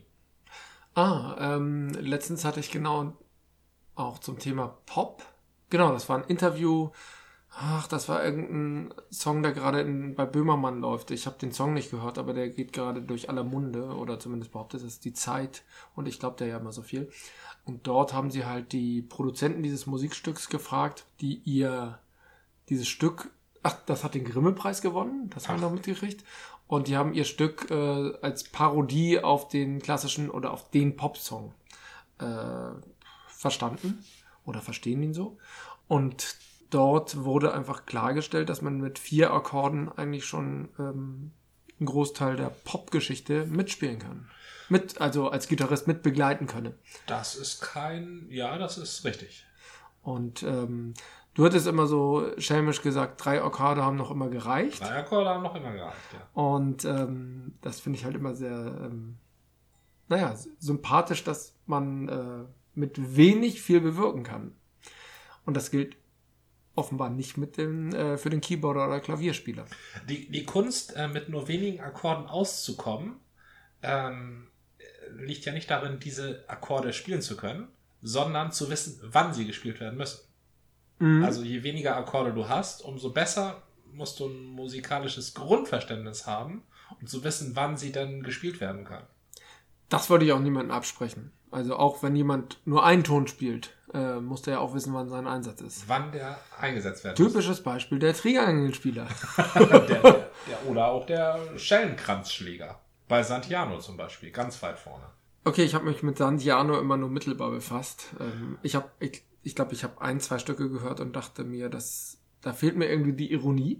Ah, ähm, letztens hatte ich genau auch zum Thema Pop. Genau, das war ein Interview. Ach, das war irgendein Song, der gerade in, bei Böhmermann läuft. Ich habe den Song nicht gehört, aber der geht gerade durch aller Munde. Oder zumindest behauptet es die Zeit. Und ich glaube, der ja immer so viel. Und dort haben sie halt die Produzenten dieses Musikstücks gefragt, die ihr dieses Stück, ach, das hat den Grimme-Preis gewonnen, das haben wir noch mitgekriegt. Und die haben ihr Stück äh, als Parodie auf den klassischen oder auf den Popsong äh, verstanden oder verstehen ihn so. Und dort wurde einfach klargestellt, dass man mit vier Akkorden eigentlich schon ähm, einen Großteil der Popgeschichte mitspielen kann. Mit, also als Gitarrist mit begleiten könne. Das ist kein, ja, das ist richtig. Und ähm, du hattest immer so schelmisch gesagt, drei Akkorde haben noch immer gereicht. Drei Akkorde haben noch immer gereicht, ja. Und ähm, das finde ich halt immer sehr, ähm, naja, sympathisch, dass man äh, mit wenig viel bewirken kann. Und das gilt offenbar nicht mit dem, äh, für den Keyboarder oder Klavierspieler. Die, die Kunst, äh, mit nur wenigen Akkorden auszukommen, ähm, liegt ja nicht darin, diese Akkorde spielen zu können, sondern zu wissen, wann sie gespielt werden müssen. Mhm. Also je weniger Akkorde du hast, umso besser musst du ein musikalisches Grundverständnis haben, um zu wissen, wann sie dann gespielt werden können. Das würde ich auch niemandem absprechen. Also auch wenn jemand nur einen Ton spielt, äh, muss der ja auch wissen, wann sein Einsatz ist. Wann der eingesetzt werden Typisches Beispiel der Triangelspieler. muss. der, der, der, oder auch der Schellenkranzschläger. Bei Santiano zum Beispiel, ganz weit vorne. Okay, ich habe mich mit Santiano immer nur mittelbar befasst. Ähm, ich habe, ich, ich glaube, ich habe ein, zwei Stücke gehört und dachte mir, dass da fehlt mir irgendwie die Ironie.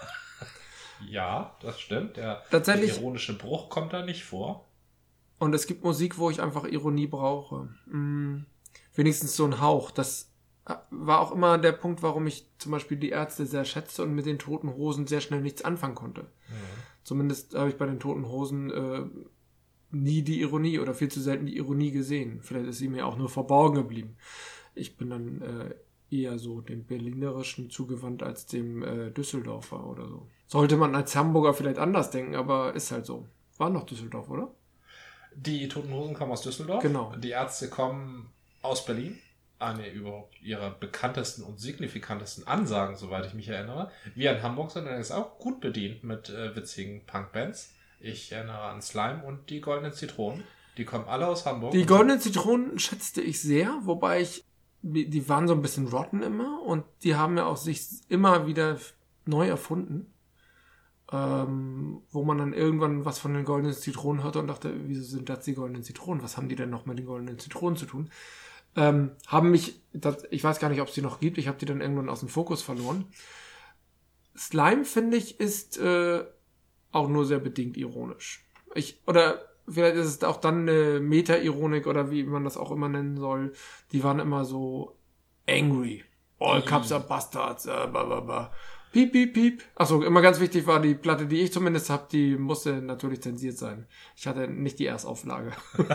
Ja, das stimmt. Der, Tatsächlich. der ironische Bruch kommt da nicht vor. Und es gibt Musik, wo ich einfach Ironie brauche. Hm, wenigstens so ein Hauch. Das war auch immer der Punkt, warum ich zum Beispiel die Ärzte sehr schätzte und mit den Toten Hosen sehr schnell nichts anfangen konnte. Mhm. Zumindest habe ich bei den Toten Hosen äh, nie die Ironie oder viel zu selten die Ironie gesehen. Vielleicht ist sie mir auch nur verborgen geblieben. Ich bin dann äh, eher so dem Berlinerischen zugewandt als dem äh, Düsseldorfer oder so. Sollte man als Hamburger vielleicht anders denken, aber ist halt so. War noch Düsseldorf, oder? Die Toten Hosen kommen aus Düsseldorf. Genau. Die Ärzte kommen aus Berlin. Eine überhaupt ihrer bekanntesten und signifikantesten Ansagen, soweit ich mich erinnere. Wir in Hamburg sind allerdings auch gut bedient mit äh, witzigen Punkbands. Ich erinnere an Slime und die Goldenen Zitronen. Die kommen alle aus Hamburg. Die Goldenen Zitronen schätzte ich sehr, wobei ich, die waren so ein bisschen rotten immer und die haben ja auch sich immer wieder neu erfunden. ähm, wo man dann irgendwann was von den goldenen Zitronen hörte und dachte, wieso sind das die goldenen Zitronen? Was haben die denn noch mit den goldenen Zitronen zu tun? Ähm, haben mich, das, ich weiß gar nicht, ob es die noch gibt, ich habe die dann irgendwann aus dem Fokus verloren. Slime, finde ich, ist äh, auch nur sehr bedingt ironisch. Ich, oder vielleicht ist es auch dann eine Meta-Ironik oder wie man das auch immer nennen soll. Die waren immer so angry. All Cups are Bastards. Äh, blablabla. Piep, piep, piep. Achso, immer ganz wichtig war die Platte, die ich zumindest habe, die musste natürlich zensiert sein. Ich hatte nicht die Erstauflage.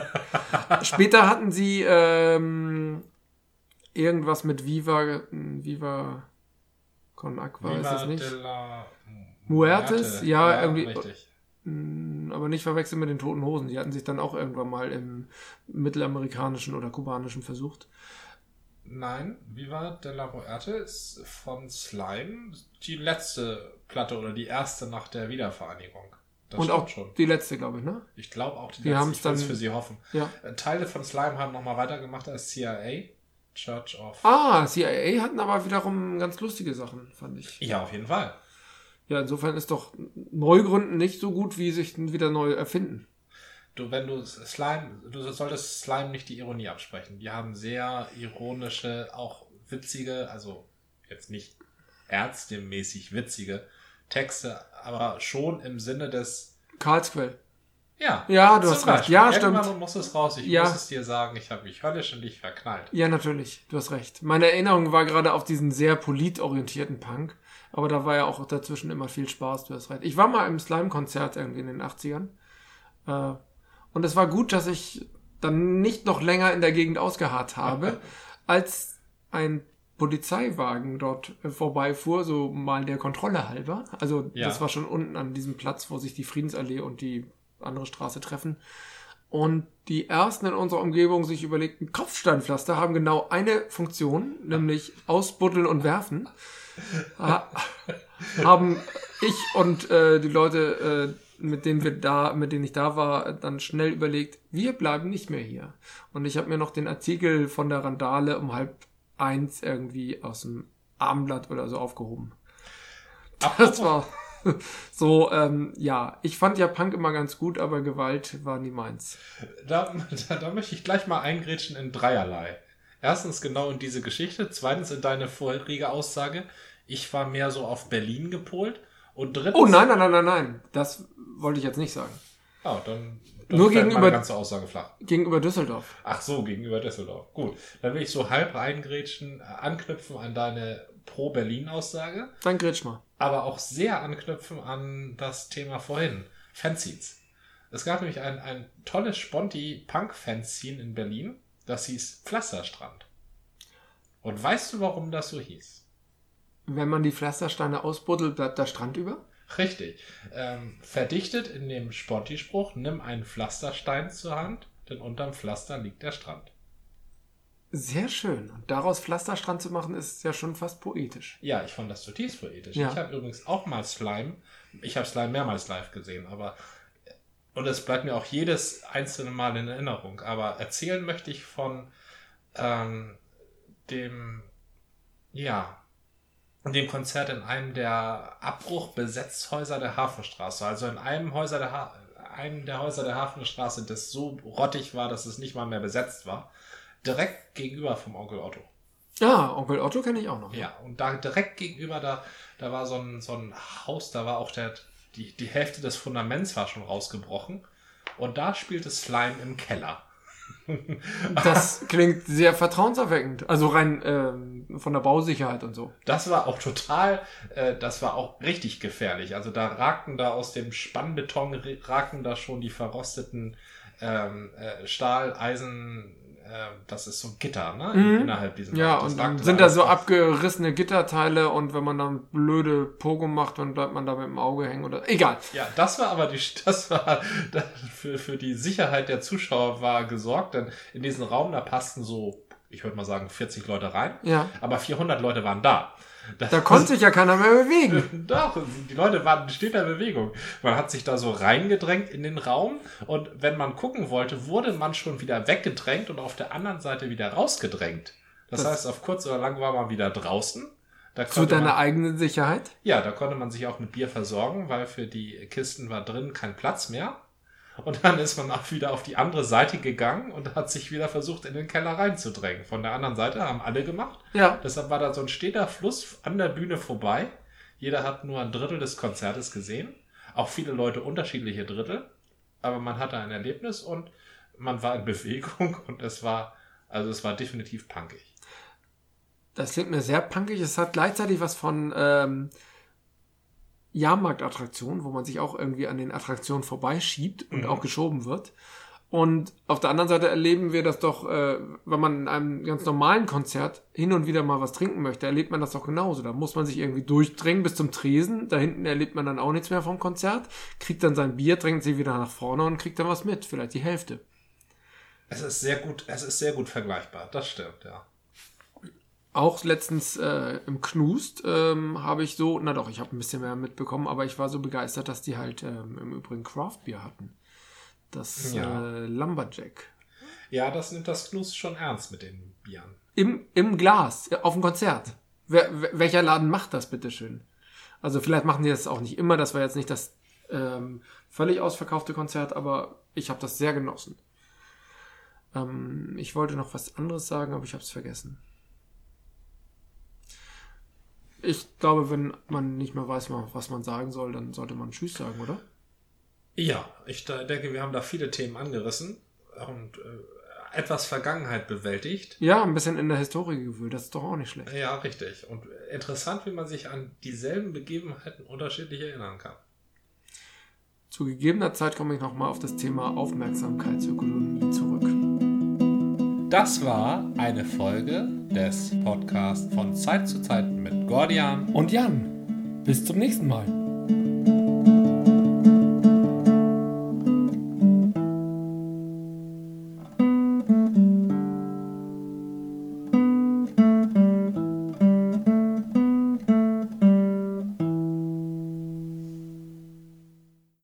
Später hatten sie ähm, irgendwas mit Viva, Viva Con Aqua, Viva ist das nicht? De la Muertes? Muerte. Ja, Ja, irgendwie. richtig. Aber nicht verwechseln mit den Toten Hosen. Die hatten sich dann auch irgendwann mal im mittelamerikanischen oder kubanischen versucht. Nein, Viva de la Muerte ist von Slime die letzte Platte oder die erste nach der Wiedervereinigung. Das Und stimmt auch schon. die letzte, glaube ich, ne? Ich glaube auch die Die letzte. haben's Ich will es dann- für sie hoffen. Ja. Äh, Teile von Slime haben nochmal weitergemacht als C I A. Church of... Ah, C I A hatten aber wiederum ganz lustige Sachen, fand ich. Ja, auf jeden Fall. Ja, insofern ist doch Neugründen nicht so gut, wie sich wieder neu erfinden. Du, wenn du Slime, du solltest Slime nicht die Ironie absprechen. Die haben sehr ironische, auch witzige, also jetzt nicht ärztemäßig witzige Texte, aber schon im Sinne des, Karlsquell. ja. Ja, du zum hast recht. Beispiel. Ja, Irgendwann stimmt. muss es raus. Ich Ja. muss es dir sagen, ich habe mich höllisch in dich verknallt. Ja, natürlich. Du hast recht. Meine Erinnerung war gerade auf diesen sehr politorientierten Punk. Aber da war ja auch dazwischen immer viel Spaß. Du hast recht. Ich war mal im Slime-Konzert irgendwie in den achtzigern. Äh, und es war gut, dass ich dann nicht noch länger in der Gegend ausgeharrt habe, als ein Polizeiwagen dort äh, vorbeifuhr, so mal der Kontrolle halber. Also Ja. das war schon unten an diesem Platz, wo sich die Friedensallee und die andere Straße treffen. Und die ersten in unserer Umgebung sich überlegten, Kopfsteinpflaster haben genau eine Funktion, nämlich ausbuddeln und werfen. Ha haben ich und äh, die Leute, äh, mit denen wir da, mit denen ich da war, dann schnell überlegt, wir bleiben nicht mehr hier. Und ich habe mir noch den Artikel von der Randale um halb eins irgendwie aus dem Abendblatt oder so aufgehoben. Das war so, ähm, ja, ich fand ja Punk immer ganz gut, aber Gewalt war nie meins. Da, da, da möchte ich gleich mal eingrätschen in dreierlei. Erstens genau in diese Geschichte, zweitens in deine vorherige Aussage, ich war mehr so auf Berlin gepolt und drittens... Oh nein, nein, nein, nein, nein, das wollte ich jetzt nicht sagen. Oh, dann, dann Nur fällt gegenüber- meine ganze Aussage flach. Gegenüber Düsseldorf. Ach so, gegenüber Düsseldorf. Gut, dann will ich so halb reingrätschen, äh, anknüpfen an deine Pro-Berlin-Aussage, Dann grätsch mal. aber auch sehr anknüpfen an das Thema vorhin, Fanzines. Es gab nämlich ein, ein tolles Sponti-Punk-Fanzine in Berlin, das hieß Pflasterstrand. Und weißt du, warum das so hieß? Wenn man die Pflastersteine ausbuddelt, bleibt der Strand über? Richtig. Ähm, verdichtet in dem Sponti-Spruch, nimm einen Pflasterstein zur Hand, denn unterm Pflaster liegt der Strand. Sehr schön. Und daraus Pflasterstrand zu machen, ist ja schon fast poetisch. Ja, ich fand das zutiefst poetisch. Ja. Ich habe übrigens auch mal Slime, ich habe Slime mehrmals live gesehen, aber und es bleibt mir auch jedes einzelne Mal in Erinnerung. Aber erzählen möchte ich von ähm, dem, ja, dem Konzert in einem der Abbruchbesetzhäuser der Hafenstraße. Also in einem, Häuser der ha einem der Häuser der Hafenstraße, das so rottig war, dass es nicht mal mehr besetzt war. Direkt gegenüber vom Onkel Otto. Ja, Onkel Otto kenne ich auch noch. Ja, und da direkt gegenüber, da, da war so ein, so ein Haus, da war auch der, die, die Hälfte des Fundaments war schon rausgebrochen. Und da spielte Slime im Keller. Das klingt sehr vertrauenserweckend. Also rein ähm, von der Bausicherheit und so. Das war auch total, äh, das war auch richtig gefährlich. Also da ragten da aus dem Spannbeton, ragten da schon die verrosteten ähm, äh, Stahl, Eisen, äh, das ist so ein Gitter, ne? Mhm. Innerhalb diesem Ja, Raum. Das und dann ragte sind da alles so raus. abgerissene Gitterteile und wenn man dann blöde Pogo macht, dann bleibt man da mit dem Auge hängen oder... Egal. Ja, das war aber die, das war das für, für die Sicherheit der Zuschauer war gesorgt, denn in diesen Raum, da passten so, ich würde mal sagen, vierzig Leute rein, Ja. aber vierhundert Leute waren da. Das, Da konnte sich ja keiner mehr bewegen. Doch, die Leute waren in steter Bewegung. Man hat sich da so reingedrängt in den Raum und wenn man gucken wollte, wurde man schon wieder weggedrängt und auf der anderen Seite wieder rausgedrängt. Das, Das- heißt, auf kurz oder lang war man wieder draußen. Da Zu konnte deiner man, eigenen Sicherheit? ja, da konnte man sich auch mit Bier versorgen, weil für die Kisten war drin kein Platz mehr. Und dann ist man auch wieder auf die andere Seite gegangen und hat sich wieder versucht, in den Keller reinzudrängen. Von der anderen Seite haben alle gemacht. Ja. Deshalb war da so ein steter Fluss an der Bühne vorbei. Jeder hat nur ein Drittel des Konzertes gesehen. Auch viele Leute unterschiedliche Drittel. Aber man hatte ein Erlebnis und man war in Bewegung und es war, also es war definitiv punkig. Das klingt mir sehr punkig. Es hat gleichzeitig was von ähm, Jahrmarktattraktionen, wo man sich auch irgendwie an den Attraktionen vorbeischiebt und Mhm. auch geschoben wird. Und auf der anderen Seite erleben wir das doch, äh, wenn man in einem ganz normalen Konzert hin und wieder mal was trinken möchte, erlebt man das doch genauso. Da muss man sich irgendwie durchdrängen bis zum Tresen. Da hinten erlebt man dann auch nichts mehr vom Konzert, kriegt dann sein Bier, drängt sich wieder nach vorne und kriegt dann was mit. Vielleicht die Hälfte. Es ist sehr gut, es ist sehr gut vergleichbar. Das stimmt, ja. Auch letztens äh, im Knust ähm, habe ich so, na doch, ich habe ein bisschen mehr mitbekommen, aber ich war so begeistert, dass die halt ähm, im Übrigen Craft-Bier hatten. Das Ja. äh, Lumberjack. Ja, das nimmt das Knus schon ernst mit den Bieren. Im, Im Glas, äh, auf dem Konzert. Wer, wer, welcher Laden macht das, bitteschön? Also vielleicht machen die das auch nicht immer, das war jetzt nicht das ähm, völlig ausverkaufte Konzert, aber ich habe das sehr genossen. Ähm, ich wollte noch was anderes sagen, aber ich habe es vergessen. Ich glaube, wenn man nicht mehr weiß, was man sagen soll, dann sollte man Tschüss sagen, oder? Ja, ich da- denke, wir haben da viele Themen angerissen und äh, etwas Vergangenheit bewältigt. Ja, ein bisschen in der Historie gewühlt, das ist doch auch nicht schlecht. Ja, richtig. Und interessant, wie man sich an dieselben Begebenheiten unterschiedlich erinnern kann. Zu gegebener Zeit komme ich nochmal auf das Thema Aufmerksamkeitsökonomie zurück. Das war eine Folge des Podcasts von Zeit zu Zeit mit Gordian. Und Jan, bis zum nächsten Mal.